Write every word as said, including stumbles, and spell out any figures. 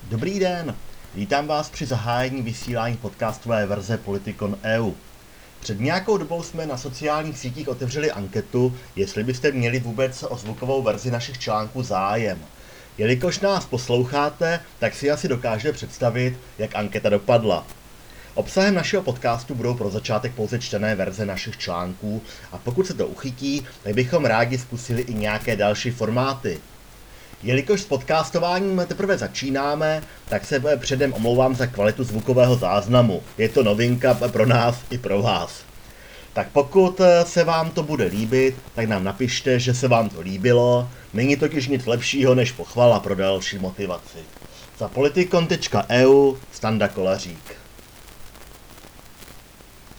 Dobrý den, vítám vás při zahájení vysílání podcastové verze Politikon tečka e u. Před nějakou dobou jsme na sociálních sítích otevřeli anketu, jestli byste měli vůbec o zvukovou verzi našich článků zájem. Jelikož nás posloucháte, tak si asi dokážete představit, jak anketa dopadla. Obsahem našeho podcastu budou pro začátek pouze čtené verze našich článků a pokud se to uchytí, tak bychom rádi zkusili i nějaké další formáty. Jelikož s podcastováním teprve začínáme, tak se předem omlouvám za kvalitu zvukového záznamu. Je to novinka pro nás i pro vás. Tak pokud se vám to bude líbit, tak nám napište, že se vám to líbilo. Není totiž nic lepšího než pochvala pro další motivaci. Za Politikon tečka e u Standa Kolařík.